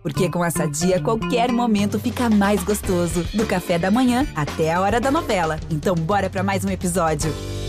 Porque com a Sadia, qualquer momento fica mais gostoso. Do café da manhã até a hora da novela. Então bora pra mais um episódio.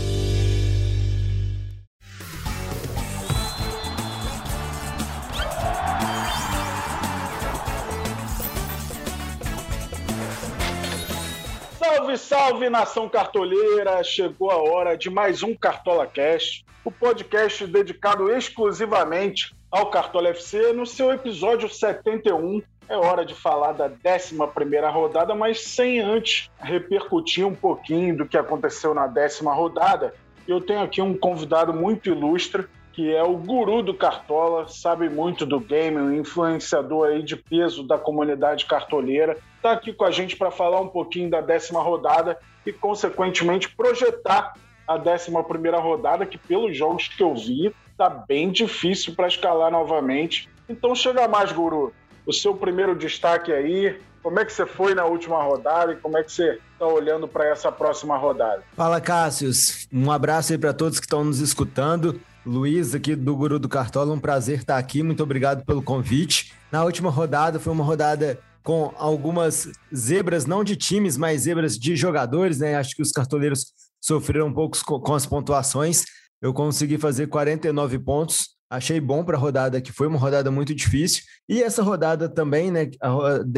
Salve, salve, nação cartoleira! Chegou a hora de mais um Cartola Cast, o podcast dedicado exclusivamente ao Cartola FC. No seu episódio 71, é hora de falar da 11ª rodada, mas sem antes repercutir um pouquinho do que aconteceu na 10ª rodada. Eu tenho aqui um convidado muito ilustre, que é o guru do Cartola, sabe muito do game, um influenciador aí de peso da comunidade cartoleira. Está aqui com a gente para falar um pouquinho da 10ª rodada e, consequentemente, projetar a 11ª rodada, que pelos jogos que eu vi, está bem difícil para escalar novamente. Então chega mais, guru. O seu primeiro destaque aí, como é que você foi na última rodada e como é que você está olhando para essa próxima rodada? Fala, Cássius. Um abraço aí para todos que estão nos escutando. Luiz, aqui do Guru do Cartola, um prazer estar aqui, muito obrigado pelo convite. Na última rodada, foi uma rodada com algumas zebras, não de times, mas zebras de jogadores, né? Acho que os cartoleiros sofreram um pouco com as pontuações. Eu consegui fazer 49 pontos, achei bom para a rodada, que foi uma rodada muito difícil. E essa rodada também, né? A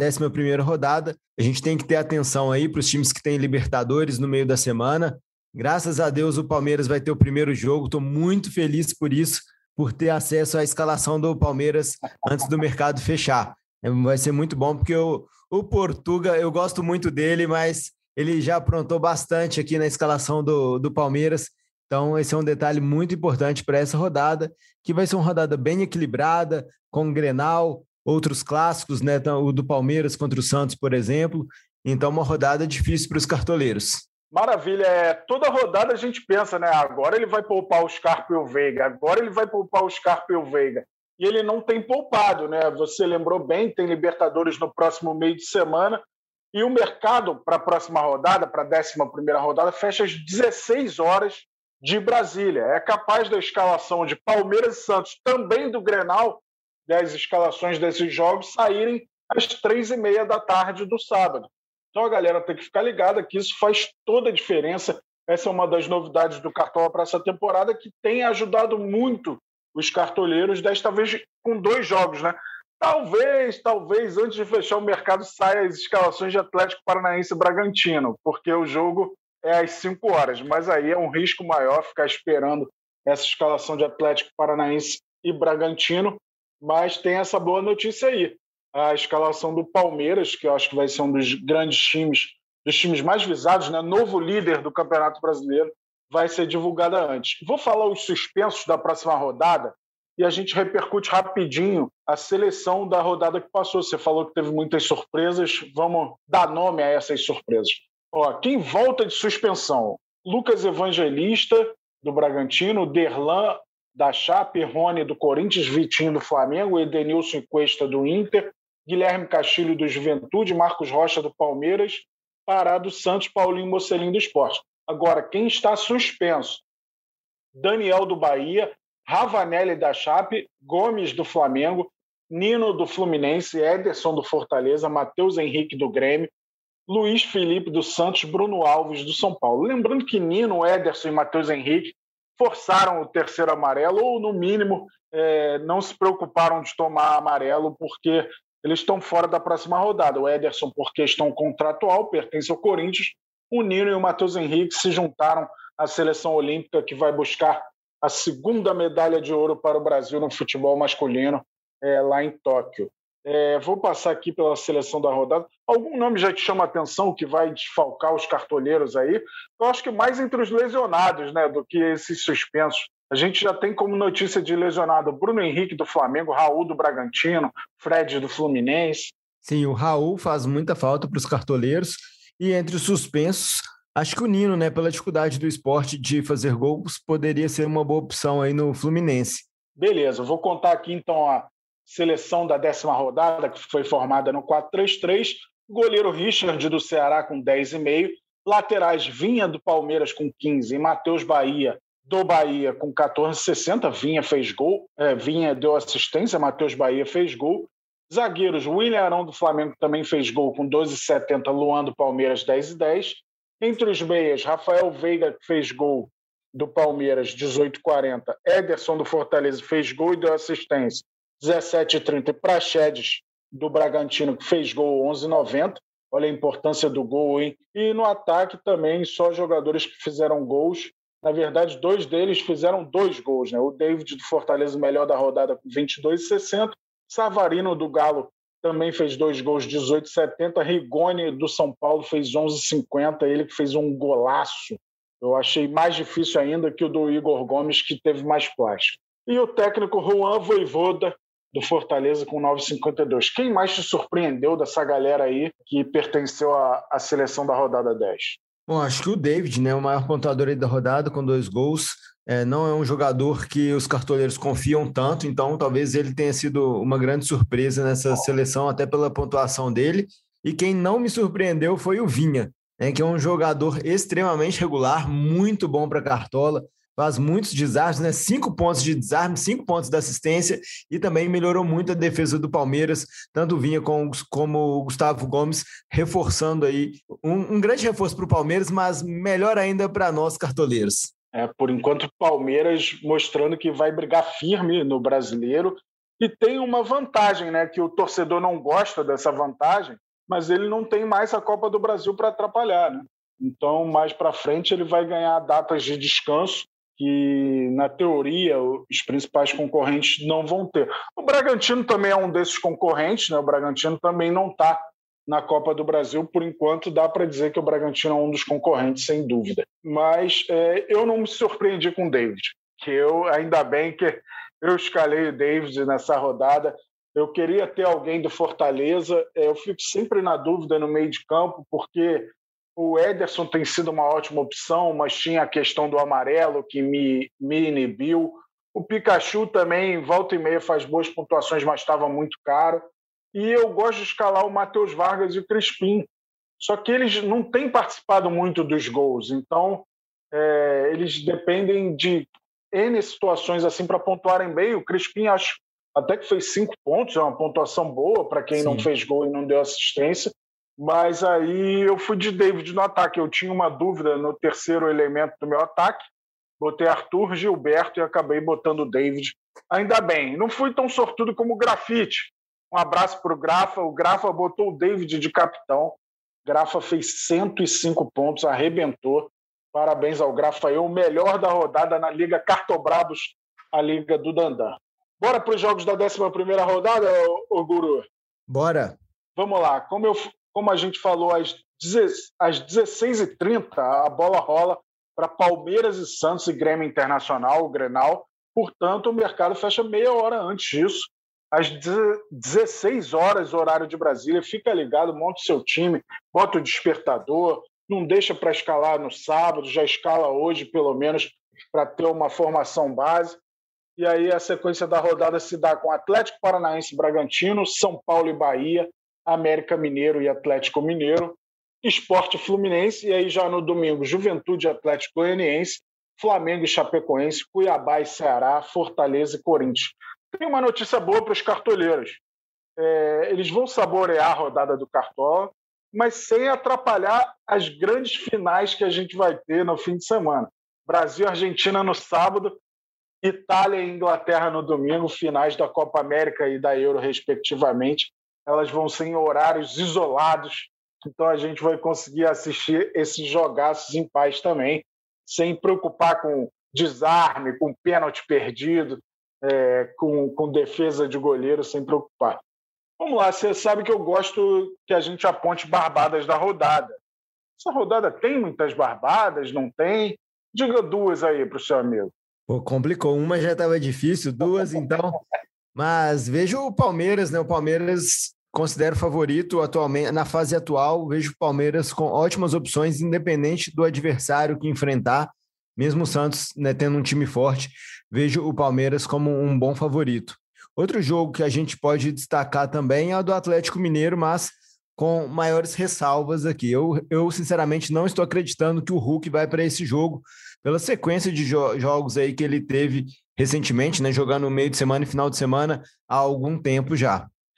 11ª rodada, a gente tem que ter atenção aí para os times que têm Libertadores no meio da semana. Graças a Deus o Palmeiras vai ter o primeiro jogo, estou muito feliz por isso, por ter acesso à escalação do Palmeiras antes do mercado fechar. Vai ser muito bom, porque o Portuga, eu gosto muito dele, mas ele já aprontou bastante aqui na escalação do Palmeiras, então esse é um detalhe muito importante para essa rodada, que vai ser uma rodada bem equilibrada, com Grenal, outros clássicos, né? O do Palmeiras contra o Santos, por exemplo, então uma rodada difícil para os cartoleiros. Maravilha, toda rodada a gente pensa, né? Agora ele vai poupar o Scarpa e o Veiga, agora ele vai poupar o Scarpa e o Veiga. E ele não tem poupado, né? Você lembrou bem, tem Libertadores no próximo meio de semana e o mercado para a próxima rodada, para a 11ª rodada, fecha às 16 horas de Brasília. É capaz da escalação de Palmeiras e Santos, também do Grenal, das escalações desses jogos, saírem às 3h30 da tarde do sábado. Então a galera tem que ficar ligada que isso faz toda a diferença. Essa é uma das novidades do Cartola para essa temporada, que tem ajudado muito os cartoleiros, desta vez com 2 jogos, né? Talvez, antes de fechar o mercado, saia as escalações de Atlético Paranaense e Bragantino, porque o jogo é às 5 horas, mas aí é um risco maior ficar esperando essa escalação de Atlético Paranaense e Bragantino, mas tem essa boa notícia aí. A escalação do Palmeiras, que eu acho que vai ser um dos grandes times, dos times mais visados, né? Novo líder do Campeonato Brasileiro, vai ser divulgada antes. Vou falar os suspensos da próxima rodada e a gente repercute rapidinho a seleção da rodada que passou. Você falou que teve muitas surpresas, vamos dar nome a essas surpresas. Quem volta de suspensão? Lucas Evangelista, do Bragantino, Derlan, da Chape, Rony, do Corinthians, Vitinho, do Flamengo, Edenilson e Cuesta, do Inter, Guilherme Castilho, do Juventude, Marcos Rocha, do Palmeiras, Pará, do Santos, Paulinho Mocelin, do Sport. Agora, quem está suspenso? Daniel, do Bahia, Ravanelli, da Chape, Gomes, do Flamengo, Nino, do Fluminense, Ederson, do Fortaleza, Matheus Henrique, do Grêmio, Luiz Felipe, do Santos, Bruno Alves, do São Paulo. Lembrando que Nino, Ederson e Matheus Henrique forçaram o terceiro amarelo, ou, no mínimo, não se preocuparam de tomar amarelo, porque eles estão fora da próxima rodada. O Ederson, por questão contratual, pertence ao Corinthians. O Nino e o Matheus Henrique se juntaram à seleção olímpica, que vai buscar a 2ª medalha de ouro para o Brasil no futebol masculino, lá em Tóquio. Vou passar aqui pela seleção da rodada. Algum nome já te chama a atenção que vai desfalcar os cartoleiros aí? Eu acho que mais entre os lesionados, né, do que esses suspensos. A gente já tem como notícia de lesionado Bruno Henrique, do Flamengo, Raul, do Bragantino, Fred, do Fluminense. Sim, o Raul faz muita falta para os cartoleiros. E entre os suspensos, acho que o Nino, né, pela dificuldade do Sport de fazer gols, poderia ser uma boa opção aí no Fluminense. Beleza, vou contar aqui então a seleção da 10ª rodada, que foi formada no 4-3-3. Goleiro Richard, do Ceará, com 10,5. Laterais, Vinha, do Palmeiras, com 15. E Matheus Bahia, do Bahia, com 14,60. Vinha fez gol. Vinha deu assistência, Matheus Bahia fez gol. Zagueiros, William Arão do Flamengo também fez gol com 12,70, Luan do Palmeiras 10,10. Entre os meias, Rafael Veiga fez gol do Palmeiras 18,40. Ederson do Fortaleza fez gol e deu assistência 17,30. E Praxedes do Bragantino que fez gol 11,90. Olha a importância do gol, hein? E no ataque também só jogadores que fizeram gols. Na verdade, 2 deles fizeram 2 gols, né? O David do Fortaleza, o melhor da rodada, com 22,60. Savarino do Galo também fez 2 gols, 18,70. Rigoni do São Paulo fez 11,50. Ele que fez um golaço. Eu achei mais difícil ainda que o do Igor Gomes, que teve mais plástico. E o técnico Juan Voivoda do Fortaleza com 9,52. Quem mais te surpreendeu dessa galera aí que pertenceu à seleção da rodada 10? Bom, acho que o David, né, o maior pontuador aí da rodada, com 2 gols. Não é um jogador que os cartoleiros confiam tanto, então talvez ele tenha sido uma grande surpresa nessa seleção, até pela pontuação dele. E quem não me surpreendeu foi o Vinha, né, que é um jogador extremamente regular, muito bom para cartola, faz muitos desarmes, né? 5 pontos de desarme, 5 pontos de assistência, e também melhorou muito a defesa do Palmeiras, tanto o Vinha como o Gustavo Gomes, reforçando aí um grande reforço para o Palmeiras, mas melhor ainda para nós cartoleiros. Por enquanto, o Palmeiras mostrando que vai brigar firme no Brasileiro e tem uma vantagem, né? Que o torcedor não gosta dessa vantagem, mas ele não tem mais a Copa do Brasil para atrapalhar, né? Então, mais para frente, ele vai ganhar datas de descanso que, na teoria, os principais concorrentes não vão ter. O Bragantino também é um desses concorrentes, né? O Bragantino também não está na Copa do Brasil. Por enquanto, dá para dizer que o Bragantino é um dos concorrentes, sem dúvida. Mas eu não me surpreendi com o David, que ainda bem que eu escalei o David nessa rodada. Eu queria ter alguém do Fortaleza. Eu fico sempre na dúvida no meio de campo, porque o Ederson tem sido uma ótima opção, mas tinha a questão do amarelo que me inibiu. O Pikachu também, volta e meia, faz boas pontuações, mas estava muito caro. E eu gosto de escalar o Matheus Vargas e o Crispim. Só que eles não têm participado muito dos gols, então eles dependem de N situações assim para pontuarem bem. O Crispim, acho até que fez 5 pontos, é uma pontuação boa para quem não fez gol e não deu assistência. Mas aí eu fui de David no ataque. Eu tinha uma dúvida no terceiro elemento do meu ataque. Botei Arthur, Gilberto e acabei botando o David. Ainda bem, não fui tão sortudo como o Grafite. Um abraço para o Grafa. O Grafa botou o David de capitão. O Grafa fez 105 pontos, arrebentou. Parabéns ao Grafa, o melhor da rodada na Liga Cartobrabos, a Liga do Dandan. Bora para os jogos da 11ª rodada, ô Guru? Bora. Vamos lá. Como a gente falou, às 16h30, a bola rola para Palmeiras e Santos e Grêmio Internacional, o Grenal. Portanto, o mercado fecha meia hora antes disso. Às 16 horas, horário de Brasília, fica ligado, monta o seu time, bota o despertador, não deixa para escalar no sábado, já escala hoje, pelo menos, para ter uma formação base. E aí a sequência da rodada se dá com Atlético Paranaense e Bragantino, São Paulo e Bahia, América Mineiro e Atlético Mineiro, Sport e Fluminense, e aí já no domingo, Juventude e Atlético Goianiense, Flamengo e Chapecoense, Cuiabá e Ceará, Fortaleza e Corinthians. Tem uma notícia boa para os cartoleiros. Eles vão saborear a rodada do Cartola, mas sem atrapalhar as grandes finais que a gente vai ter no fim de semana. Brasil e Argentina no sábado, Itália e Inglaterra no domingo, finais da Copa América e da Euro, respectivamente. Elas vão ser em horários isolados, então a gente vai conseguir assistir esses jogaços em paz também, sem preocupar com desarme, com pênalti perdido, com defesa de goleiro, sem preocupar. Vamos lá, você sabe que eu gosto que a gente aponte barbadas da rodada. Essa rodada tem muitas barbadas, não tem? Diga 2 aí para o seu amigo. Pô, complicou. Uma já estava difícil, 2 então. Mas vejo o Palmeiras, né? O Palmeiras considero favorito atualmente, na fase atual. Vejo o Palmeiras com ótimas opções, independente do adversário que enfrentar. Mesmo o Santos, né, tendo um time forte, vejo o Palmeiras como um bom favorito. Outro jogo que a gente pode destacar também é o do Atlético Mineiro, mas com maiores ressalvas aqui. Eu sinceramente, não estou acreditando que o Hulk vai para esse jogo, pela sequência de jogos aí que ele teve recentemente, né, jogando no meio de semana e final de semana há algum tempo já.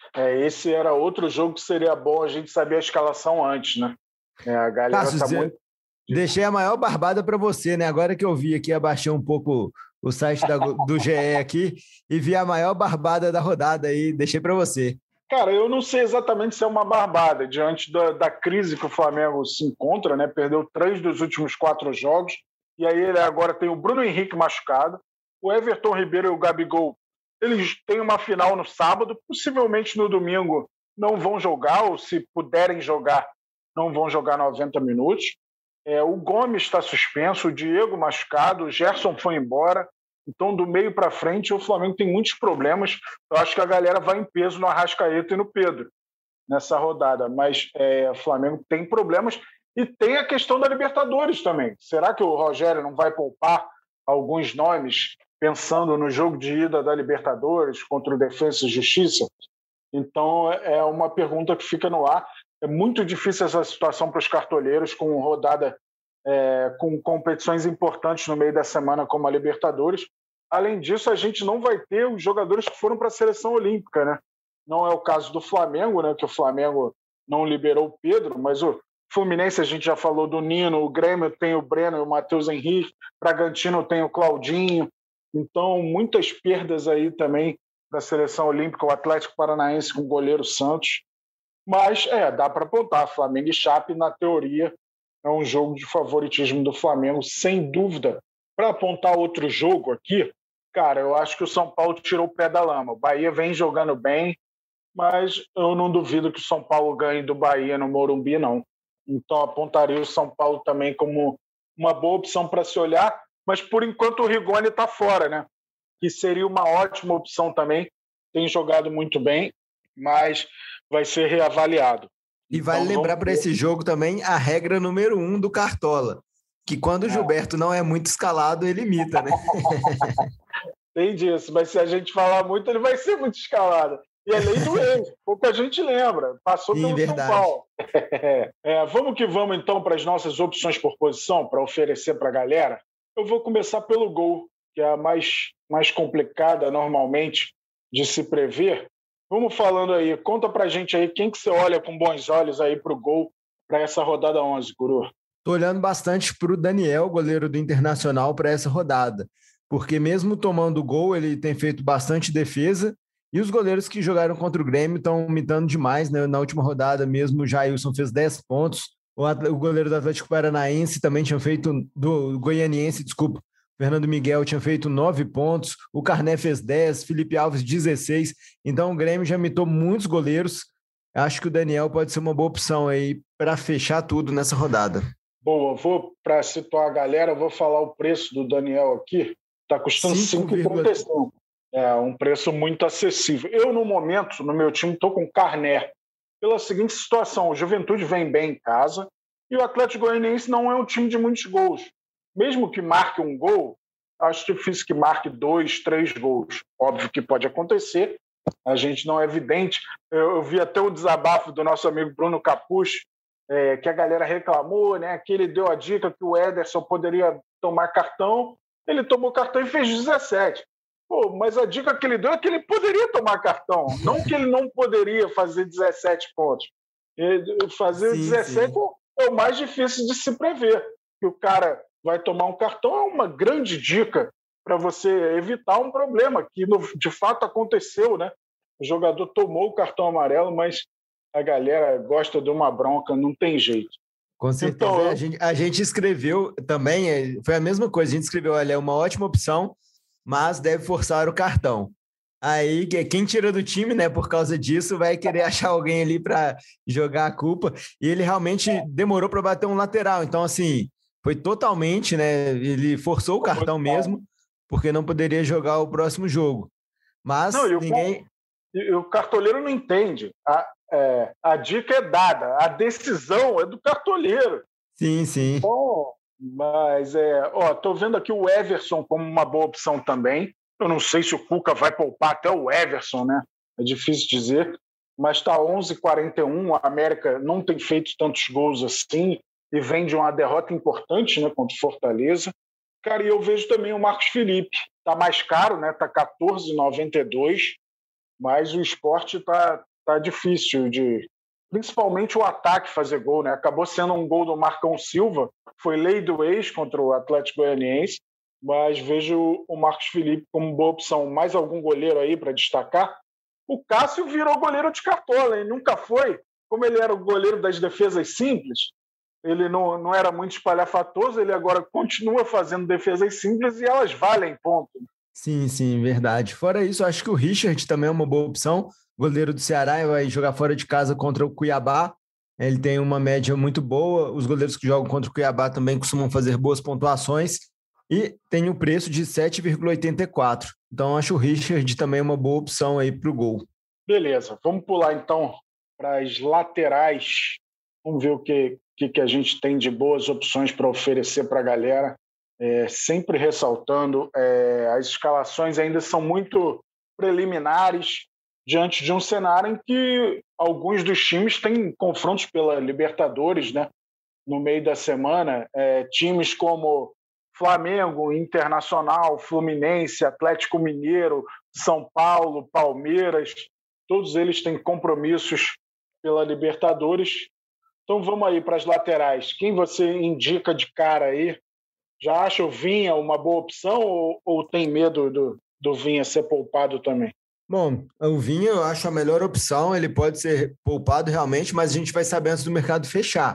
Esse era outro jogo que seria bom a gente saber a escalação antes, né? A galera Cássio, tá muito... deixei a maior barbada para você, né? Agora que eu vi aqui, abaixei um pouco o site do GE aqui e vi a maior barbada da rodada aí, deixei para você. Cara, eu não sei exatamente se é uma barbada, diante da crise que o Flamengo se encontra, né? Perdeu 3 dos últimos 4 jogos, e aí ele agora tem o Bruno Henrique machucado, o Everton Ribeiro e o Gabigol, eles têm uma final no sábado, possivelmente no domingo não vão jogar, ou se puderem jogar, não vão jogar 90 minutos. O Gomes está suspenso, o Diego machucado, o Gerson foi embora. Então, do meio para frente, o Flamengo tem muitos problemas. Eu acho que a galera vai em peso no Arrascaeta e no Pedro nessa rodada. Mas o Flamengo tem problemas e tem a questão da Libertadores também. Será que o Rogério não vai poupar alguns nomes pensando no jogo de ida da Libertadores contra o Defensa e Justiça? Então, é uma pergunta que fica no ar. É muito difícil essa situação para os cartoleiros com rodada com competições importantes no meio da semana, como a Libertadores. Além disso, a gente não vai ter os jogadores que foram para a seleção olímpica, né? Não é o caso do Flamengo, né? Que o Flamengo não liberou o Pedro, mas o Fluminense, a gente já falou do Nino, o Grêmio tem o Breno e o Matheus Henrique, Bragantino tem o Claudinho. Então, muitas perdas aí também da seleção olímpica, o Atlético Paranaense com o goleiro Santos. Mas dá para apontar, Flamengo e Chape, na teoria, é um jogo de favoritismo do Flamengo, sem dúvida. Para apontar outro jogo aqui, cara, eu acho que o São Paulo tirou o pé da lama. O Bahia vem jogando bem, mas eu não duvido que o São Paulo ganhe do Bahia no Morumbi, não. Então, apontaria o São Paulo também como uma boa opção para se olhar, mas por enquanto o Rigoni está fora, né? Que seria uma ótima opção também. Tem jogado muito bem, mas vai ser reavaliado. E vale lembrar para esse jogo também a regra número 1 do Cartola, que quando o Gilberto não é muito escalado, ele imita, né? Tem disso, mas se a gente falar muito, ele vai ser muito escalado. E é lei do ex, pouco a gente lembra. Passou pelo São Paulo. Vamos que vamos, então, para as nossas opções por posição, para oferecer para a galera. Eu vou começar pelo gol, que é a mais complicada, normalmente, de se prever. Vamos falando aí, conta pra gente aí quem que você olha com bons olhos aí pro gol para essa rodada 11, Guru. Tô olhando bastante pro Daniel, goleiro do Internacional, para essa rodada, porque mesmo tomando o gol, ele tem feito bastante defesa, e os goleiros que jogaram contra o Grêmio estão imitando demais, né? Na última rodada mesmo, o Jailson fez 10 pontos, o goleiro do Atlético Paranaense também tinha feito, do Goianiense, desculpa, Fernando Miguel tinha feito 9 pontos, o Carné fez 10, Felipe Alves 16, então o Grêmio já imitou muitos goleiros. Acho que o Daniel pode ser uma boa opção aí para fechar tudo nessa rodada. Boa, para situar a galera, vou falar o preço do Daniel aqui, está custando 5,35. É um preço muito acessível. Eu, no momento, no meu time, estou com Carné, pela seguinte situação: o Juventude vem bem em casa e o Atlético Goianiense não é um time de muitos gols. Mesmo que marque um gol, acho difícil que marque 2, 3 gols. Óbvio que pode acontecer, a gente não é evidente. Eu vi até o desabafo do nosso amigo Bruno Capucho, que a galera reclamou, né, que ele deu a dica que o Ederson poderia tomar cartão, ele tomou cartão e fez 17. Pô, mas a dica que ele deu é que ele poderia tomar cartão, não que ele não poderia fazer 17 pontos. Fazer 17 é o mais difícil de se prever, que o cara vai tomar um cartão é uma grande dica para você evitar um problema, que de fato aconteceu, né? O jogador tomou o cartão amarelo, mas a galera gosta de uma bronca, não tem jeito. Com certeza. Então, a gente escreveu também, foi a mesma coisa, a gente escreveu, olha, é uma ótima opção, mas deve forçar o cartão. Aí, quem tira do time, né, por causa disso, vai querer achar alguém ali para jogar a culpa, e ele realmente demorou para bater um lateral, então, assim, foi totalmente, né? Ele forçou o cartão mesmo, porque não poderia jogar o próximo jogo. Mas o cartoleiro não entende. A dica é dada, a decisão é do cartoleiro. Sim, sim. Bom, mas tô vendo aqui o Everson como uma boa opção também. Eu não sei se o Cuca vai poupar até o Everson, né? É difícil dizer. Mas está 11,41. A América não tem feito tantos gols assim e vem de uma derrota importante, né, contra o Fortaleza. Cara, e eu vejo também o Marcos Felipe. Está mais caro, né? Está 14,92, mas o Sport está tá difícil principalmente o ataque fazer gol, né? Acabou sendo um gol do Marcão Silva, foi lei do ex contra o Atlético Goianiense, mas vejo o Marcos Felipe como boa opção. Mais algum goleiro aí para destacar? O Cássio virou goleiro de cartola, hein? Nunca foi. Como ele era o goleiro das defesas simples, ele não era muito espalhafatoso, ele agora continua fazendo defesas simples e elas valem ponto. Sim, sim, verdade. Fora isso, acho que o Richard também é uma boa opção. Goleiro do Ceará, vai jogar fora de casa contra o Cuiabá. Ele tem uma média muito boa. Os goleiros que jogam contra o Cuiabá também costumam fazer boas pontuações. E tem o preço de 7,84. Então, acho o Richard também uma boa opção aí para o gol. Beleza, vamos pular então para as laterais. Vamos ver o que a gente tem de boas opções para oferecer para a galera. Sempre ressaltando, as escalações ainda são muito preliminares diante de um cenário em que alguns dos times têm confrontos pela Libertadores, né? No meio da semana, times como Flamengo, Internacional, Fluminense, Atlético Mineiro, São Paulo, Palmeiras, todos eles têm compromissos pela Libertadores. Então vamos aí para as laterais. Quem você indica de cara aí? Já acha o Vinha uma boa opção ou tem medo do Vinha ser poupado também? Bom, o Vinha eu acho a melhor opção, ele pode ser poupado realmente, mas a gente vai saber antes do mercado fechar.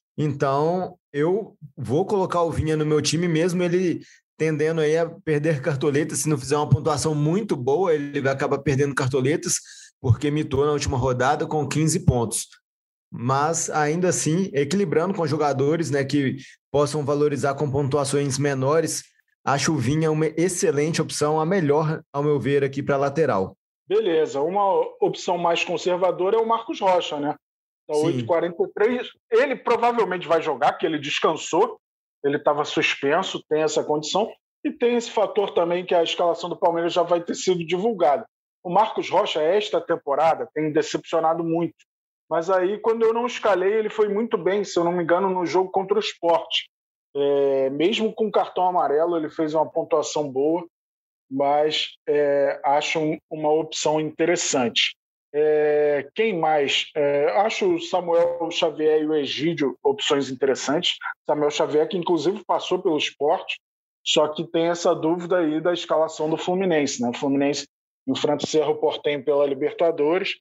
Então, eu vou colocar o Vinha no meu time, mesmo ele tendendo aí a perder cartoletas. Se não fizer uma pontuação muito boa, ele vai acabar perdendo cartoletas, porque mitou na última rodada com 15 pontos. Mas, ainda assim, equilibrando com jogadores, né, que possam valorizar com pontuações menores, acho o Vinha uma excelente opção, a melhor, ao meu ver, aqui para a lateral. Beleza, uma opção mais conservadora é o Marcos Rocha, né? Tá 8,43. Ele provavelmente vai jogar, porque ele descansou, ele estava suspenso, tem essa condição, e tem esse fator também que a escalação do Palmeiras já vai ter sido divulgada. O Marcos Rocha, esta temporada, tem decepcionado muito. Mas aí, quando eu não escalei, ele foi muito bem, se eu não me engano, no jogo contra o Sport. Mesmo com cartão amarelo, ele fez uma pontuação boa, mas acho uma opção interessante. Quem mais? Acho o Samuel Xavier e o Egídio opções interessantes. Samuel Xavier, que inclusive passou pelo Sport, só que tem essa dúvida aí da escalação do Fluminense, né? O Fluminense enfrenta o Cerro Porteño pela Libertadores.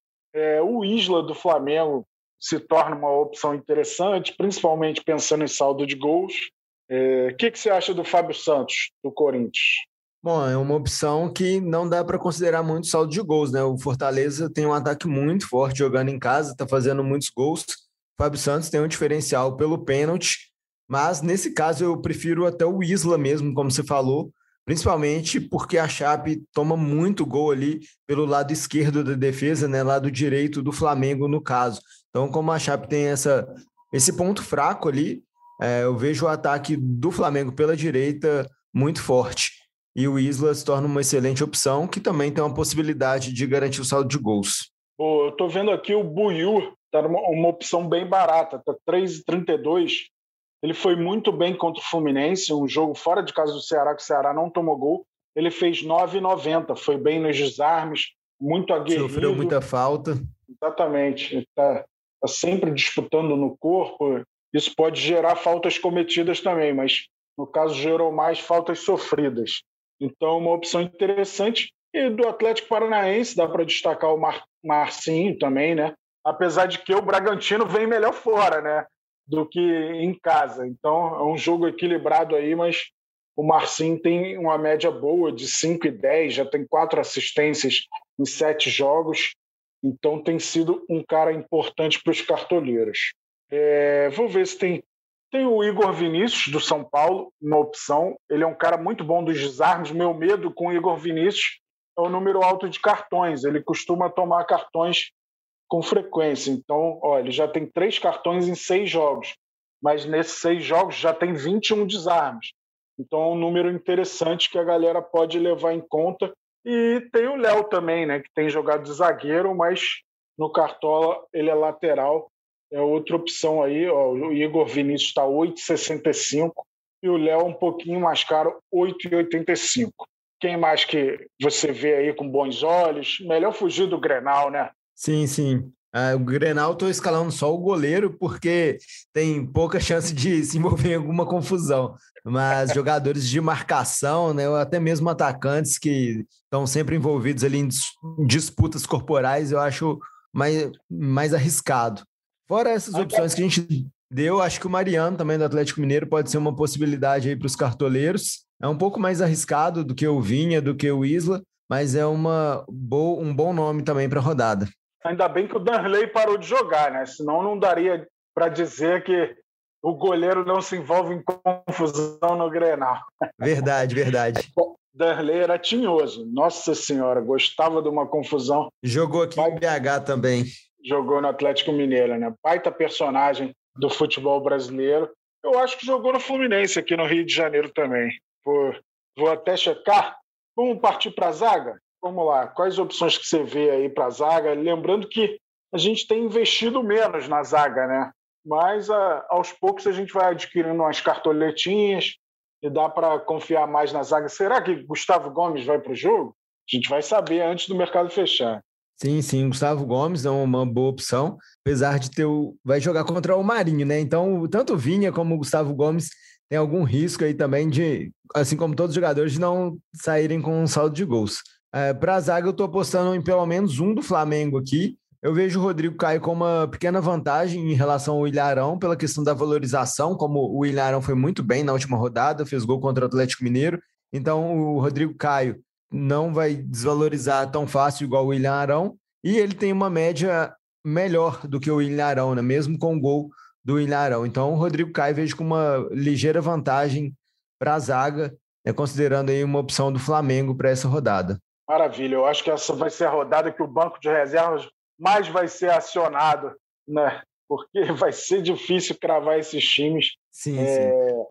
O Isla do Flamengo se torna uma opção interessante, principalmente pensando em saldo de gols. O que você acha do Fábio Santos, do Corinthians? Bom, é uma opção que não dá para considerar muito saldo de gols, né? O Fortaleza tem um ataque muito forte jogando em casa, está fazendo muitos gols. O Fábio Santos tem um diferencial pelo pênalti, mas nesse caso eu prefiro até o Isla mesmo, como você falou, principalmente porque a Chape toma muito gol ali pelo lado esquerdo da defesa, né? Lado direito do Flamengo, no caso. Então, como a Chape tem esse ponto fraco ali, eu vejo o ataque do Flamengo pela direita muito forte. E o Isla se torna uma excelente opção, que também tem uma possibilidade de garantir o saldo de gols. Eu estou vendo aqui o Buiú, está uma opção bem barata, está 3,32. Ele foi muito bem contra o Fluminense, um jogo fora de casa do Ceará, que o Ceará não tomou gol. Ele fez 9,90, foi bem nos desarmes, muito aguerrido. Sofreu muita falta. Exatamente, está sempre disputando no corpo. Isso pode gerar faltas cometidas também, mas no caso gerou mais faltas sofridas. Então, uma opção interessante. E do Atlético Paranaense, dá para destacar o Marcinho também, né? Apesar de que o Bragantino vem melhor fora, né? Do que em casa. Então, é um jogo equilibrado aí, mas o Marcinho tem uma média boa de 5,10, já tem 4 assistências em 7 jogos. Então, tem sido um cara importante para os cartoleiros. Vou ver se tem o Igor Vinícius, do São Paulo, uma opção. Ele é um cara muito bom dos desarmes. Meu medo com o Igor Vinícius é o número alto de cartões. Ele costuma tomar cartões com frequência. Então, ele já tem 3 cartões em 6 jogos. Mas nesses 6 jogos já tem 21 desarmes. Então, é um número interessante que a galera pode levar em conta. E tem o Léo também, né, que tem jogado de zagueiro, mas no Cartola ele é lateral. É outra opção aí, o Igor Vinícius está 8,65 e o Léo um pouquinho mais caro, 8,85. Quem mais que você vê aí com bons olhos? Melhor fugir do Grenal, né? Sim, sim. O Grenal estou escalando só o goleiro porque tem pouca chance de se envolver em alguma confusão. Mas jogadores de marcação, né, ou até mesmo atacantes que estão sempre envolvidos ali em disputas corporais, eu acho mais arriscado. Fora essas opções que a gente deu, acho que o Mariano também do Atlético Mineiro pode ser uma possibilidade aí para os cartoleiros. É um pouco mais arriscado do que o Vinha, do que o Isla, mas é um bom nome também para a rodada. Ainda bem que o Danley parou de jogar, né? Senão não daria para dizer que o goleiro não se envolve em confusão no Grenal. Verdade, verdade. Danley era tinhoso. Nossa Senhora, gostava de uma confusão. Jogou aqui em BH também. Jogou no Atlético Mineiro, né? Baita personagem do futebol brasileiro. Eu acho que jogou no Fluminense aqui no Rio de Janeiro também. Vou até checar. Vamos partir para a zaga? Vamos lá. Quais opções que você vê aí para a zaga? Lembrando que a gente tem investido menos na zaga, né? Mas aos poucos a gente vai adquirindo umas cartoletinhas e dá para confiar mais na zaga. Será que Gustavo Gomes vai para o jogo? A gente vai saber antes do mercado fechar. Sim, sim, Gustavo Gomes é uma boa opção, apesar de vai jogar contra o Marinho, né? Então, tanto o Vinha como o Gustavo Gomes tem algum risco aí também de, assim como todos os jogadores, de não saírem com um saldo de gols. Para a zaga, eu estou apostando em pelo menos um do Flamengo aqui. Eu vejo o Rodrigo Caio com uma pequena vantagem em relação ao Ilharão, pela questão da valorização, como o Ilharão foi muito bem na última rodada, fez gol contra o Atlético Mineiro. Então, o Rodrigo Caio não vai desvalorizar tão fácil igual o William Arão, e ele tem uma média melhor do que o William Arão, né? Mesmo com o gol do William Arão. Então, o Rodrigo Caio vejo com uma ligeira vantagem para a zaga, né? Considerando aí uma opção do Flamengo para essa rodada. Maravilha, eu acho que essa vai ser a rodada que o banco de reservas mais vai ser acionado, né? Porque vai ser difícil cravar esses times. Sim, sim.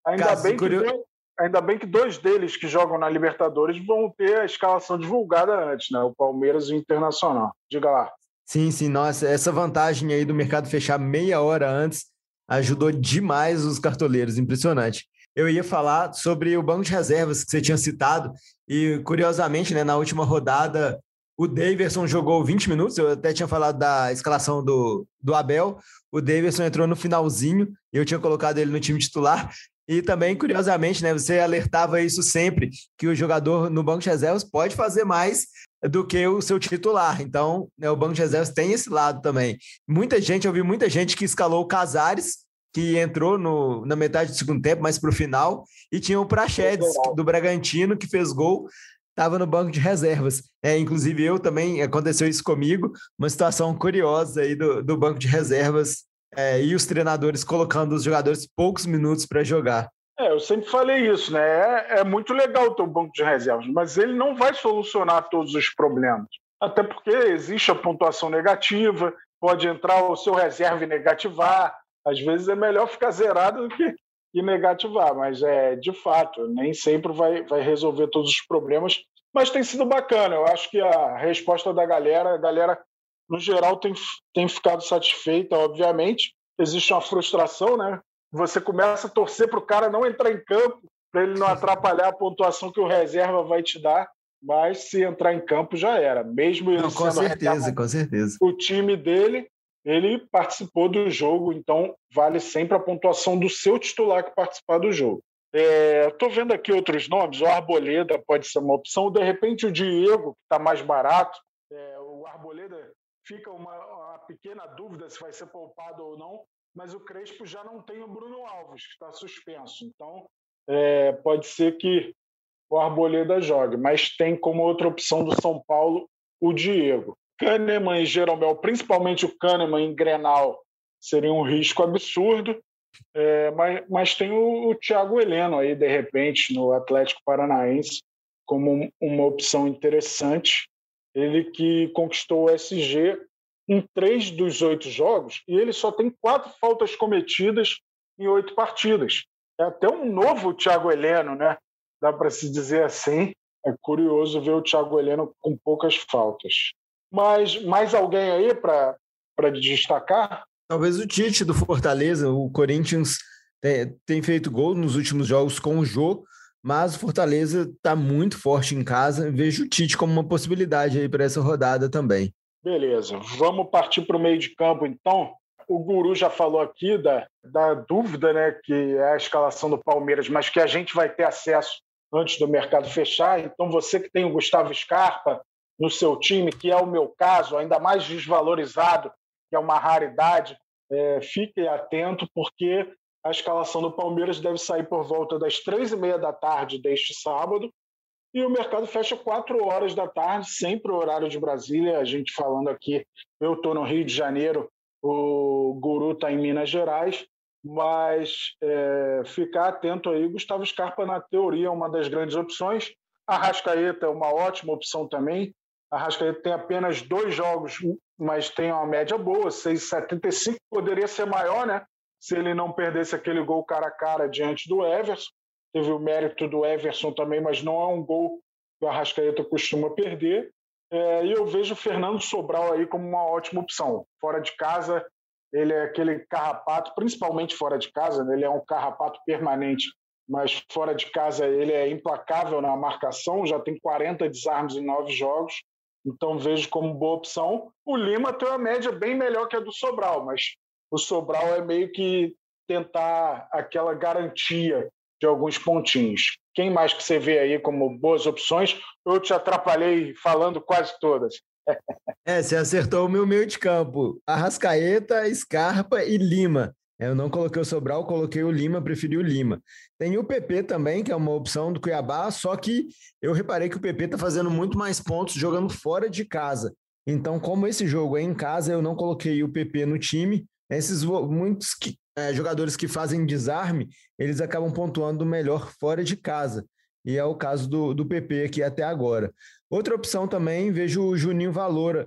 Ainda bem que dois deles que jogam na Libertadores vão ter a escalação divulgada antes, né? O Palmeiras e o Internacional. Diga lá. Sim, sim. Nossa, essa vantagem aí do mercado fechar meia hora antes ajudou demais os cartoleiros. Impressionante. Eu ia falar sobre o banco de reservas que você tinha citado e, curiosamente, né, na última rodada, o Daverson jogou 20 minutos. Eu até tinha falado da escalação do Abel. O Daverson entrou no finalzinho e eu tinha colocado ele no time titular. E também, curiosamente, né, você alertava isso sempre, que o jogador no banco de reservas pode fazer mais do que o seu titular. Então, né, o banco de reservas tem esse lado também. Eu vi muita gente que escalou o Casares, que entrou na metade do segundo tempo, mas para o final, e tinha o Praxedes, do Bragantino, que fez gol, estava no banco de reservas. Inclusive, eu também, aconteceu isso comigo, uma situação curiosa aí do banco de reservas, e os treinadores colocando os jogadores poucos minutos para jogar. Eu sempre falei isso, né? É muito legal o teu banco de reservas, mas ele não vai solucionar todos os problemas. Até porque existe a pontuação negativa, pode entrar o seu reserva e negativar. Às vezes é melhor ficar zerado do que negativar, mas de fato, nem sempre vai resolver todos os problemas. Mas tem sido bacana. Eu acho que a resposta da galera, no geral, tem ficado satisfeita, obviamente. Existe uma frustração, né? Você começa a torcer para o cara não entrar em campo, para ele não atrapalhar a pontuação que o reserva vai te dar, mas se entrar em campo já era. Mesmo ele com certeza. O time dele, ele participou do jogo, então vale sempre a pontuação do seu titular que participar do jogo. Estou vendo aqui outros nomes, o Arboleda pode ser uma opção, de repente o Diego, que está mais barato. O Arboleda fica uma pequena dúvida se vai ser poupado ou não, mas o Crespo já não tem o Bruno Alves, que está suspenso. Então, pode ser que o Arboleda jogue, mas tem como outra opção do São Paulo o Diego. Kahneman e Jeromel, principalmente o Kahneman em Grenal, seria um risco absurdo, mas tem o Thiago Heleno aí, de repente, no Atlético Paranaense, como uma opção interessante. Ele que conquistou o SG em 3 dos 8 jogos e ele só tem 4 faltas cometidas em 8 partidas. É até um novo Thiago Heleno, né? Dá para se dizer assim. É curioso ver o Thiago Heleno com poucas faltas. Mas mais alguém aí para destacar? Talvez o Tite do Fortaleza. O Corinthians tem feito gol nos últimos jogos com o Jô, mas o Fortaleza está muito forte em casa. Vejo o Tite como uma possibilidade aí para essa rodada também. Beleza, vamos partir para o meio de campo, então. O Guru já falou aqui da dúvida, né, que é a escalação do Palmeiras, mas que a gente vai ter acesso antes do mercado fechar. Então, você que tem o Gustavo Scarpa no seu time, que é o meu caso, ainda mais desvalorizado, que é uma raridade, fique atento, porque a escalação do Palmeiras deve sair por volta das 3h30 da tarde deste sábado, e o mercado fecha 4 horas da tarde, sempre o horário de Brasília. A gente falando aqui, eu estou no Rio de Janeiro, o Guru está em Minas Gerais, mas ficar atento aí. Gustavo Scarpa, na teoria, é uma das grandes opções. Arrascaeta é uma ótima opção também. Arrascaeta tem apenas 2 jogos, mas tem uma média boa, 6,75. Poderia ser maior, né? Se ele não perdesse aquele gol cara a cara diante do Everson. Teve o mérito do Everson também, mas não é um gol que o Arrascaeta costuma perder. E eu vejo o Fernando Sobral aí como uma ótima opção. Fora de casa, ele é aquele carrapato, principalmente fora de casa, né? Ele é um carrapato permanente, mas fora de casa ele é implacável na marcação, já tem 40 desarmes em 9 jogos, então vejo como boa opção. O Lima tem uma média bem melhor que a do Sobral, mas o Sobral é meio que tentar aquela garantia de alguns pontinhos. Quem mais que você vê aí como boas opções? Eu te atrapalhei falando quase todas. Você acertou o meu meio de campo. Arrascaeta, Scarpa e Lima. Eu não coloquei o Sobral, coloquei o Lima, preferi o Lima. Tem o PP também, que é uma opção do Cuiabá, só que eu reparei que o PP está fazendo muito mais pontos jogando fora de casa. Então, como esse jogo é em casa, eu não coloquei o PP no time. Muitos jogadores que fazem desarme, eles acabam pontuando melhor fora de casa. E é o caso do PP aqui até agora. Outra opção também, vejo o Juninho Valora,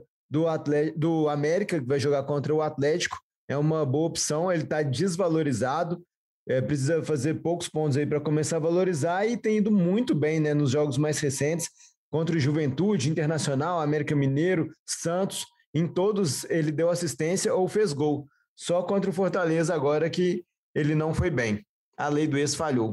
do América, que vai jogar contra o Atlético. É uma boa opção, ele está desvalorizado, precisa fazer poucos pontos aí para começar a valorizar e tem ido muito bem, né, nos jogos mais recentes, contra o Juventude, Internacional, América Mineiro, Santos. Em todos ele deu assistência ou fez gol. Só contra o Fortaleza agora que ele não foi bem. A lei do ex falhou.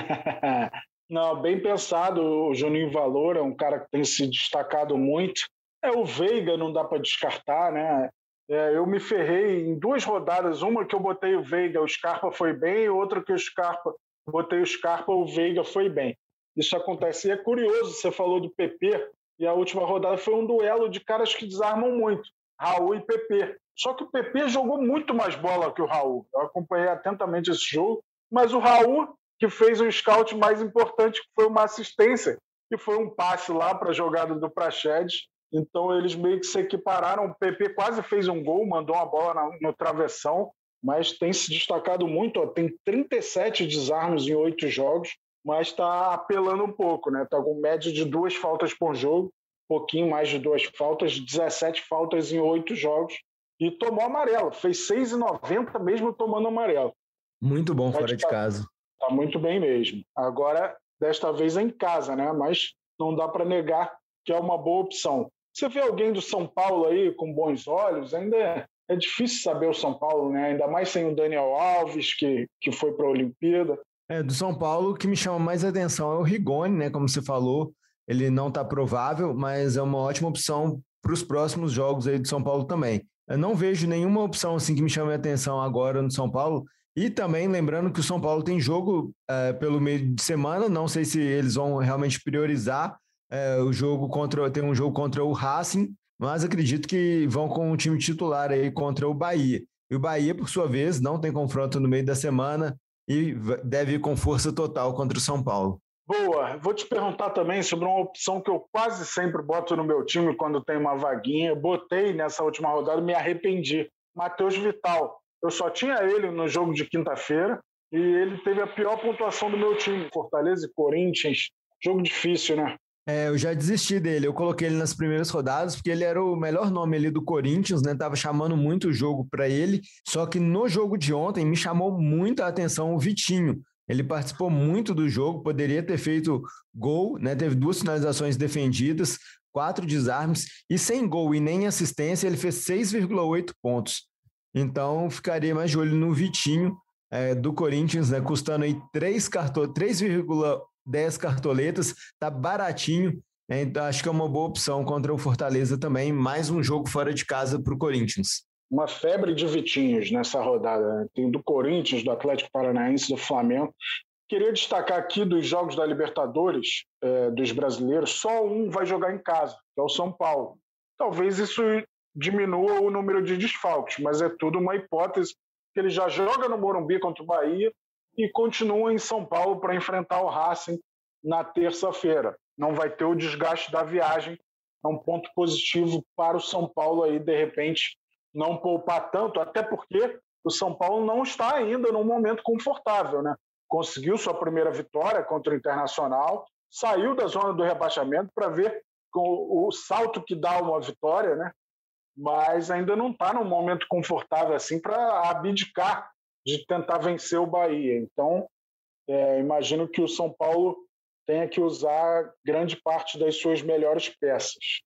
Não, bem pensado. O Juninho Valor é um cara que tem se destacado muito. O Veiga não dá para descartar, né? Eu me ferrei em 2 rodadas. Uma que eu botei o Veiga, o Scarpa foi bem, e outra que botei o Scarpa, o Veiga foi bem. Isso acontece. E é curioso, você falou do PP, e a última rodada foi um duelo de caras que desarmam muito. Raul e PP. Só que o PP jogou muito mais bola que o Raul. Eu acompanhei atentamente esse jogo, mas o Raul, que fez um scout mais importante, que foi uma assistência, que foi um passe lá para a jogada do Praxedes. Então eles meio que se equipararam. O PP quase fez um gol, mandou uma bola no travessão, mas tem se destacado muito. Tem 37 desarmes em 8 jogos, mas está apelando um pouco, né? Está com média de 2 faltas por jogo, um pouquinho mais de 2 faltas, 17 faltas em 8 jogos. E tomou amarelo, fez 6,90 mesmo tomando amarelo. Muito bom fora de casa. Está muito bem mesmo. Agora, desta vez é em casa, né? Mas não dá para negar que é uma boa opção. Você vê alguém do São Paulo aí com bons olhos, ainda é difícil saber o São Paulo, né? Ainda mais sem o Daniel Alves, que foi para a Olimpíada. Do São Paulo, o que me chama mais atenção é o Rigoni, né? Como você falou, ele não está provável, mas é uma ótima opção para os próximos jogos aí do São Paulo também. Eu não vejo nenhuma opção assim que me chame a atenção agora no São Paulo. E também lembrando que o São Paulo tem jogo pelo meio de semana, não sei se eles vão realmente priorizar tem um jogo contra o Racing, mas acredito que vão com o time titular aí contra o Bahia. E o Bahia, por sua vez, não tem confronto no meio da semana e deve ir com força total contra o São Paulo. Boa, vou te perguntar também sobre uma opção que eu quase sempre boto no meu time quando tem uma vaguinha. Botei nessa última rodada e me arrependi. Matheus Vital. Eu só tinha ele no jogo de quinta-feira e ele teve a pior pontuação do meu time. Fortaleza e Corinthians. Jogo difícil, né? Eu já desisti dele. Eu coloquei ele nas primeiras rodadas porque ele era o melhor nome ali do Corinthians, né? Tava chamando muito o jogo para ele. Só que no jogo de ontem me chamou muito a atenção o Vitinho. Ele participou muito do jogo, poderia ter feito gol, né? Teve 2 finalizações defendidas, 4 desarmes e sem gol e nem assistência ele fez 6,8 pontos. Então, ficaria mais de olho no Vitinho do Corinthians, né? Custando aí 3,10 cartoletas, tá baratinho. Então, acho que é uma boa opção contra o Fortaleza também. Mais um jogo fora de casa para o Corinthians. Uma febre de Vitinhos nessa rodada, né? Tem do Corinthians, do Atlético Paranaense, do Flamengo. Queria destacar aqui dos jogos da Libertadores, dos brasileiros, só um vai jogar em casa, que é o São Paulo. Talvez isso diminua o número de desfalques, mas é tudo uma hipótese, que ele já joga no Morumbi contra o Bahia e continua em São Paulo para enfrentar o Racing na terça-feira. Não vai ter o desgaste da viagem, é um ponto positivo para o São Paulo aí, de repente, não poupar tanto, até porque o São Paulo não está ainda num momento confortável, né? Conseguiu sua primeira vitória contra o Internacional, saiu da zona do rebaixamento para ver o salto que dá uma vitória, né? Mas ainda não está num momento confortável assim para abdicar de tentar vencer o Bahia. Então, imagino que o São Paulo tenha que usar grande parte das suas melhores peças.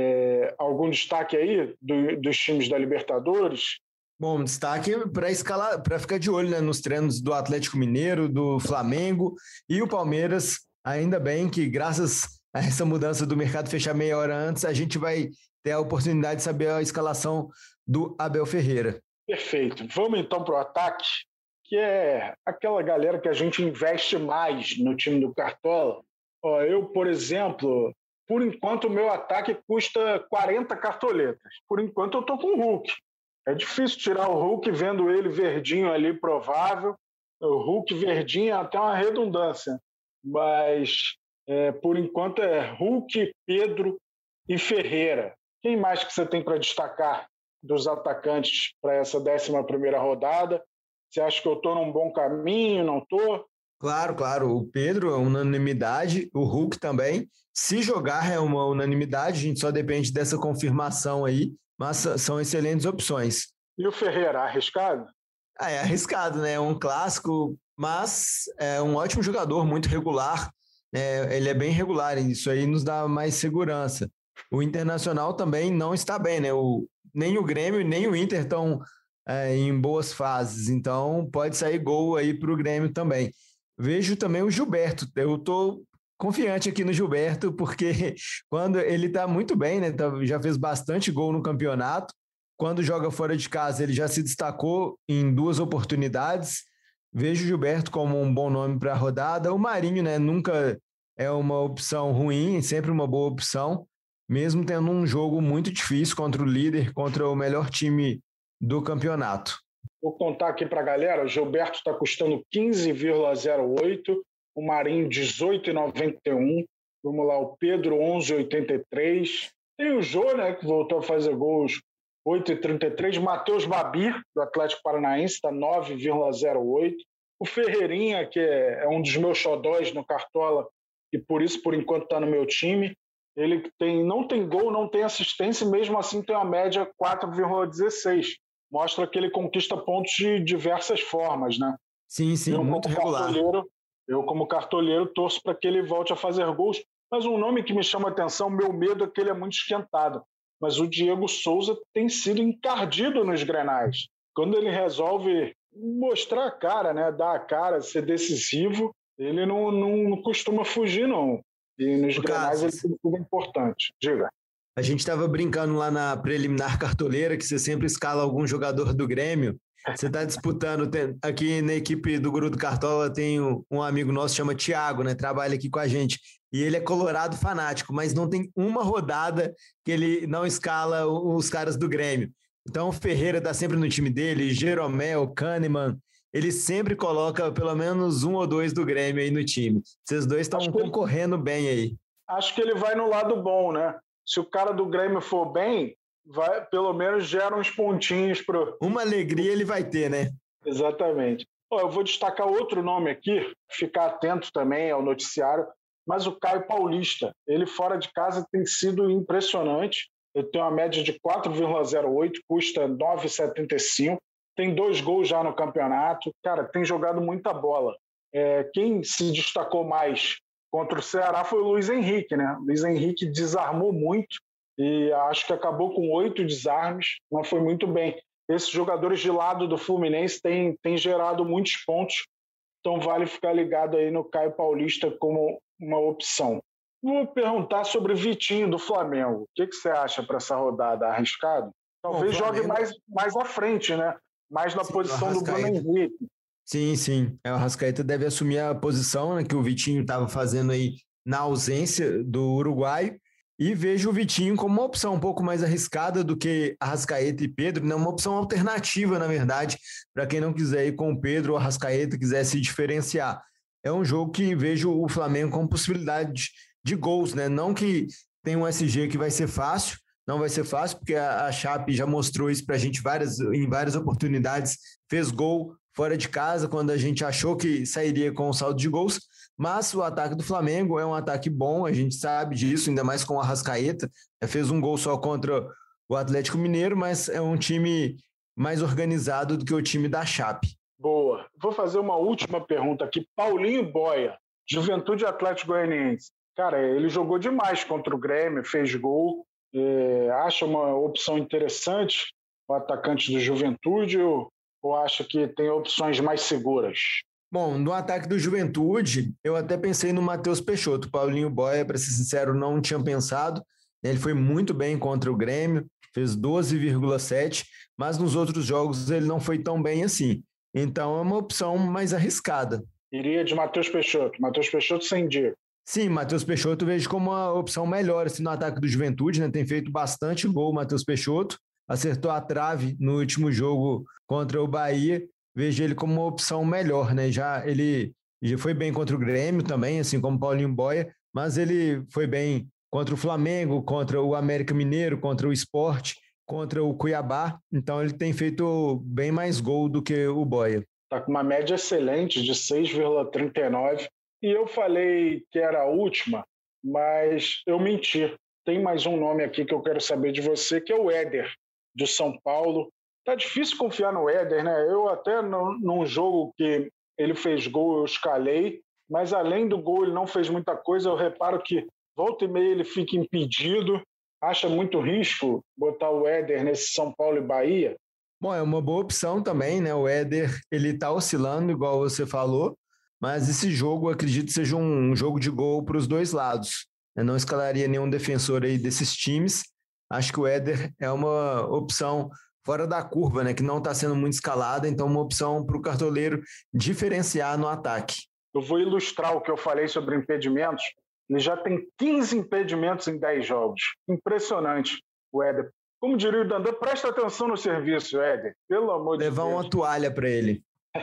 Algum destaque aí dos times da Libertadores? Bom, destaque para escalar, para ficar de olho, né, nos treinos do Atlético Mineiro, do Flamengo e o Palmeiras. Ainda bem que, graças a essa mudança do mercado fechar meia hora antes, a gente vai ter a oportunidade de saber a escalação do Abel Ferreira. Perfeito. Vamos então para o ataque, que é aquela galera que a gente investe mais no time do Cartola. Eu, por exemplo, por enquanto o meu ataque custa 40 cartoletas. Por enquanto eu estou com o Hulk. É difícil tirar o Hulk vendo ele verdinho ali, provável. O Hulk verdinho é até uma redundância. Mas, por enquanto, é Hulk, Pedro e Ferreira. Quem mais que você tem para destacar dos atacantes para essa 11ª rodada? Você acha que eu estou num bom caminho, não estou? Claro. O Pedro é unanimidade, o Hulk também. Se jogar é uma unanimidade, a gente só depende dessa confirmação aí. Mas são excelentes opções. E o Ferreira, arriscado? É arriscado, né? É um clássico, mas é um ótimo jogador, muito regular. Ele é bem regular, e isso aí nos dá mais segurança. O Internacional também não está bem, né? Nem o Grêmio, nem o Inter estão em boas fases, então pode sair gol aí para o Grêmio também. Vejo também o Gilberto, eu estou confiante aqui no Gilberto, porque quando ele está muito bem, né? Já fez bastante gol no campeonato. Quando joga fora de casa, ele já se destacou em 2 oportunidades. Vejo o Gilberto como um bom nome para a rodada. O Marinho, né? Nunca é uma opção ruim, sempre uma boa opção, mesmo tendo um jogo muito difícil contra o líder, contra o melhor time do campeonato. Vou contar aqui para a galera, o Gilberto está custando 15,08, o Marinho 18,91, vamos lá, o Pedro 11,83, tem o Jô, né, que voltou a fazer gols, 8,33, Matheus Babir, do Atlético Paranaense, está 9,08, o Ferreirinha, que é um dos meus xodóis no Cartola, e por isso, por enquanto, está no meu time, ele não tem gol, não tem assistência, e mesmo assim tem uma média 4,16, mostra que ele conquista pontos de diversas formas, né? Sim, muito regular. Eu, como cartoleiro, torço para que ele volte a fazer gols, mas um nome que me chama a atenção, meu medo é que ele é muito esquentado, mas o Diego Souza tem sido encardido nos Grenais. Quando ele resolve mostrar a cara, né, dar a cara, ser decisivo, ele não costuma fugir, não. E nos Grenais ele tem sido importante. Diga. A gente estava brincando lá na preliminar cartoleira, que você sempre escala algum jogador do Grêmio. Você está disputando, aqui na equipe do Guru do Cartola tem um amigo nosso, chama Thiago, né? Trabalha aqui com a gente. E ele é colorado fanático, mas não tem uma rodada que ele não escala os caras do Grêmio. Então o Ferreira está sempre no time dele, Jeromel, Kahneman, ele sempre coloca pelo menos 1 ou 2 do Grêmio aí no time. Vocês dois estão concorrendo bem aí. Acho que ele vai no lado bom, né? Se o cara do Grêmio for bem, pelo menos gera uns pontinhos pro... Uma alegria ele vai ter, né? Exatamente. Eu vou destacar outro nome aqui, ficar atento também ao noticiário, mas o Caio Paulista. Ele fora de casa tem sido impressionante. Ele tem uma média de 4,08, custa 9,75. Tem 2 gols já no campeonato. Cara, tem jogado muita bola. Quem se destacou mais contra o Ceará foi o Luiz Henrique, né? O Luiz Henrique desarmou muito e acho que acabou com 8 desarmes, não foi muito bem. Esses jogadores de lado do Fluminense têm gerado muitos pontos, então vale ficar ligado aí no Caio Paulista como uma opção. Vou perguntar sobre o Vitinho do Flamengo. O que você acha para essa rodada? Arriscado? Talvez jogue mais à frente, né? Mais na posição do Bruno Henrique. Sim. O Arrascaeta deve assumir a posição, né, que o Vitinho estava fazendo aí na ausência do uruguaio. E vejo o Vitinho como uma opção um pouco mais arriscada do que Arrascaeta e Pedro, né? Uma opção alternativa, na verdade, para quem não quiser ir com o Pedro ou Arrascaeta, quiser se diferenciar. É um jogo que vejo o Flamengo com possibilidade de gols, né? Não que tem um SG que vai ser fácil, não vai ser fácil, porque a Chape já mostrou isso para a gente em várias oportunidades, fez gol fora de casa, quando a gente achou que sairia com o saldo de gols, mas o ataque do Flamengo é um ataque bom, a gente sabe disso, ainda mais com o Arrascaeta, fez um gol só contra o Atlético Mineiro, mas é um time mais organizado do que o time da Chape. Boa. Vou fazer uma última pergunta aqui. Paulinho Boia, Juventude Atlético Goianiense. Cara, ele jogou demais contra o Grêmio, fez gol. Acha uma opção interessante o atacante do Juventude ou acha que tem opções mais seguras? Bom, no ataque do Juventude, eu até pensei no Matheus Peixoto. Paulinho Boia, para ser sincero, não tinha pensado. Ele foi muito bem contra o Grêmio, fez 12,7, mas nos outros jogos ele não foi tão bem assim. Então é uma opção mais arriscada. Iria de Matheus Peixoto. Matheus Peixoto sem dia. Sim, Matheus Peixoto eu vejo como uma opção melhor assim, no ataque do Juventude, né? Tem feito bastante gol o Matheus Peixoto, acertou a trave no último jogo contra o Bahia. Vejo ele como uma opção melhor, né? Ele já foi bem contra o Grêmio também, assim como o Paulinho Boia, mas ele foi bem contra o Flamengo, contra o América Mineiro, contra o Sport, contra o Cuiabá. Então ele tem feito bem mais gol do que o Boia. Está com uma média excelente de 6,39. E eu falei que era a última, mas eu menti. Tem mais um nome aqui que eu quero saber de você, que é o Éder, do São Paulo. Tá difícil confiar no Éder, né? Eu até num jogo que ele fez gol, eu escalei, mas além do gol ele não fez muita coisa. Eu reparo que volta e meia ele fica impedido. Acha muito risco botar o Éder nesse São Paulo e Bahia? Bom, é uma boa opção também, né? O Éder, ele tá oscilando, igual você falou, mas esse jogo, eu acredito, seja um jogo de gol para os dois lados. Eu não escalaria nenhum defensor aí desses times. Acho que o Éder é uma opção fora da curva, né, que não está sendo muito escalada, então uma opção para o cartoleiro diferenciar no ataque. Eu vou ilustrar o que eu falei sobre impedimentos. Ele já tem 15 impedimentos em 10 jogos. Impressionante, o Éder. Como diria o Dandan, presta atenção no serviço, Éder. Pelo amor de Deus. Levar uma toalha para ele.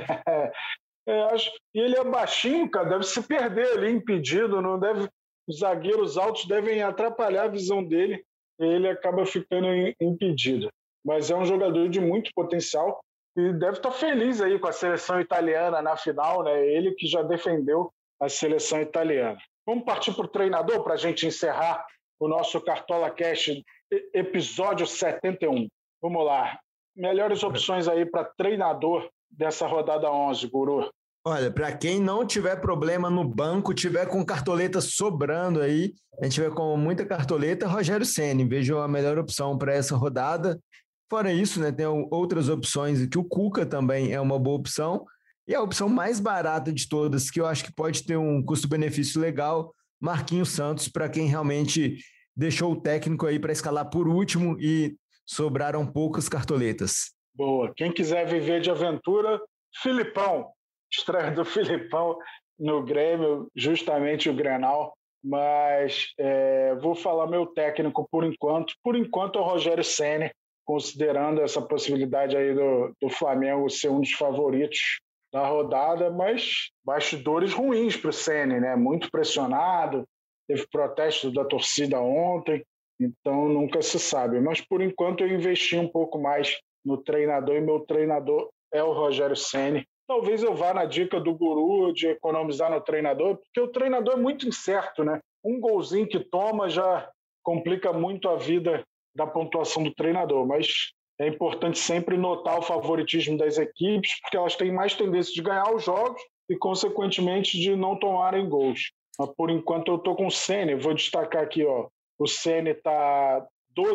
E ele é baixinho, cara, deve se perder ali impedido, não deve. Os zagueiros altos devem atrapalhar a visão dele e ele acaba ficando impedido. Mas é um jogador de muito potencial e deve estar feliz aí com a seleção italiana na final, né? Ele que já defendeu a seleção italiana. Vamos partir para o treinador para a gente encerrar o nosso Cartola Cast episódio 71. Vamos lá. Melhores opções aí para treinador dessa rodada 11, Guru. Olha, para quem não tiver problema no banco, tiver com cartoleta sobrando aí, a gente tiver com muita cartoleta, Rogério Ceni, vejo a melhor opção para essa rodada. Fora isso, né, tem outras opções, que o Cuca também é uma boa opção, e a opção mais barata de todas, que eu acho que pode ter um custo-benefício legal, Marquinhos Santos, para quem realmente deixou o técnico aí para escalar por último e sobraram poucas cartoletas. Boa. Quem quiser viver de aventura, Filipão. Estreia do Filipão no Grêmio, justamente o Grenal. Mas vou falar meu técnico por enquanto. Por enquanto é o Rogério Ceni, considerando essa possibilidade aí do Flamengo ser um dos favoritos da rodada, mas bastidores ruins para o Ceni, né? Muito pressionado, teve protesto da torcida ontem, então nunca se sabe. Mas por enquanto eu investi um pouco mais no treinador e meu treinador é o Rogério Ceni. Talvez eu vá na dica do Guru de economizar no treinador, porque o treinador é muito incerto, né? Um golzinho que toma já complica muito a vida da pontuação do treinador, mas é importante sempre notar o favoritismo das equipes, porque elas têm mais tendência de ganhar os jogos e, consequentemente, de não tomarem gols. Mas, por enquanto, eu estou com o Ceni. Vou destacar aqui, ó, o Ceni está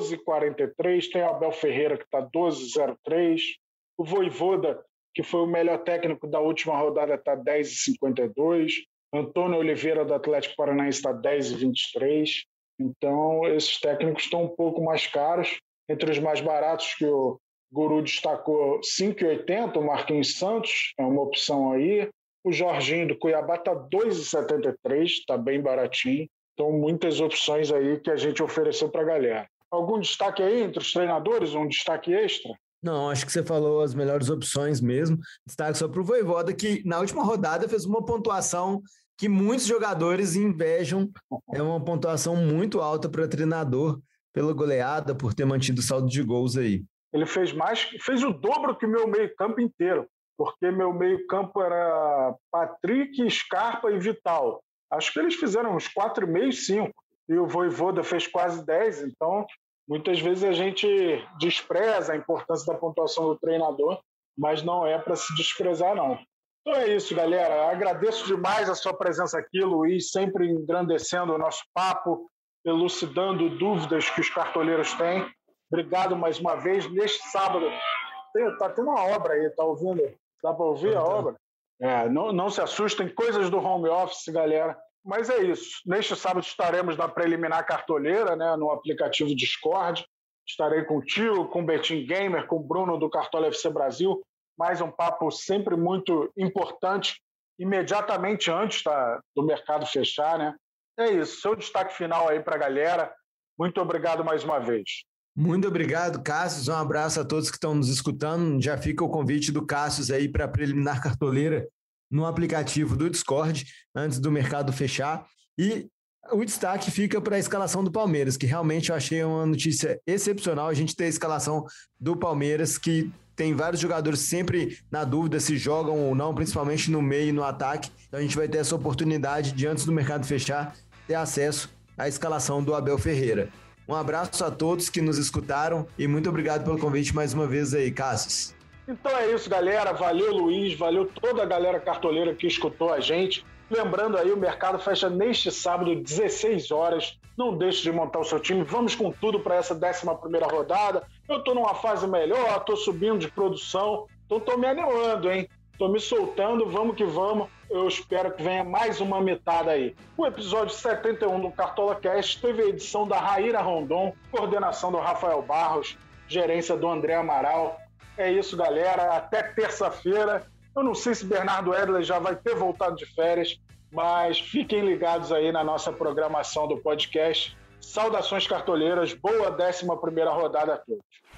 12,43, tem o Abel Ferreira, que está 12,03, o Vojvoda, que foi o melhor técnico da última rodada, está 10,52, Antônio Oliveira, do Atlético Paranaense, está 10,23. Então, esses técnicos estão um pouco mais caros. Entre os mais baratos que o Guru destacou, 5,80, o Marquinhos Santos, é uma opção aí. O Jorginho do Cuiabá está 2,73, está bem baratinho. Então, muitas opções aí que a gente ofereceu para a galera. Algum destaque aí entre os treinadores? Um destaque extra? Não, acho que você falou as melhores opções mesmo. Destaque só para o Vojvoda, que na última rodada fez uma pontuação que muitos jogadores invejam. É uma pontuação muito alta para treinador, pela goleada, por ter mantido o saldo de gols aí. Ele fez o dobro que o meu meio-campo inteiro, porque meu meio-campo era Patrick, Scarpa e Vital. Acho que eles fizeram uns 4,5, 5. E o Vojvoda fez quase 10, então muitas vezes a gente despreza a importância da pontuação do treinador, mas não é para se desprezar, não. Então é isso, galera. Agradeço demais a sua presença aqui, Luiz, sempre engrandecendo o nosso papo, elucidando dúvidas que os cartoleiros têm. Obrigado mais uma vez. Neste sábado, tá tendo uma obra aí, tá ouvindo? Dá para ouvir a obra? Não se assustem, coisas do home office, galera. Mas é isso. Neste sábado estaremos na preliminar cartoleira, né, no aplicativo Discord. Estarei com o Tio, com o Betim Gamer, com o Bruno do Cartola FC Brasil. Mais um papo sempre muito importante, imediatamente antes do mercado fechar, né? É isso. Seu destaque final aí para a galera. Muito obrigado mais uma vez. Muito obrigado, Cássio. Um abraço a todos que estão nos escutando. Já fica o convite do Cássio aí para a preliminar cartoleira no aplicativo do Discord, antes do mercado fechar. E o destaque fica para a escalação do Palmeiras, que realmente eu achei uma notícia excepcional. A gente ter a escalação do Palmeiras, que tem vários jogadores sempre na dúvida se jogam ou não, principalmente no meio e no ataque. Então a gente vai ter essa oportunidade de, antes do mercado fechar, ter acesso à escalação do Abel Ferreira. Um abraço a todos que nos escutaram e muito obrigado pelo convite mais uma vez aí, Cássio. Então é isso, galera. Valeu, Luiz. Valeu toda a galera cartoleira que escutou a gente. Lembrando aí, o mercado fecha neste sábado, 16 horas. Não deixe de montar o seu time. Vamos com tudo para essa 11ª rodada. Eu estou numa fase melhor, estou subindo de produção. Então estou me animando, hein? Estou me soltando, vamos que vamos. Eu espero que venha mais uma mitada aí. O episódio 71 do Cartola Cast teve a edição da Raíra Rondon, coordenação do Rafael Barros, gerência do André Amaral. É isso, galera. Até terça-feira. Eu não sei se Bernardo Edler já vai ter voltado de férias, mas fiquem ligados aí na nossa programação do podcast. Saudações cartoleiras. Boa 11ª rodada a todos.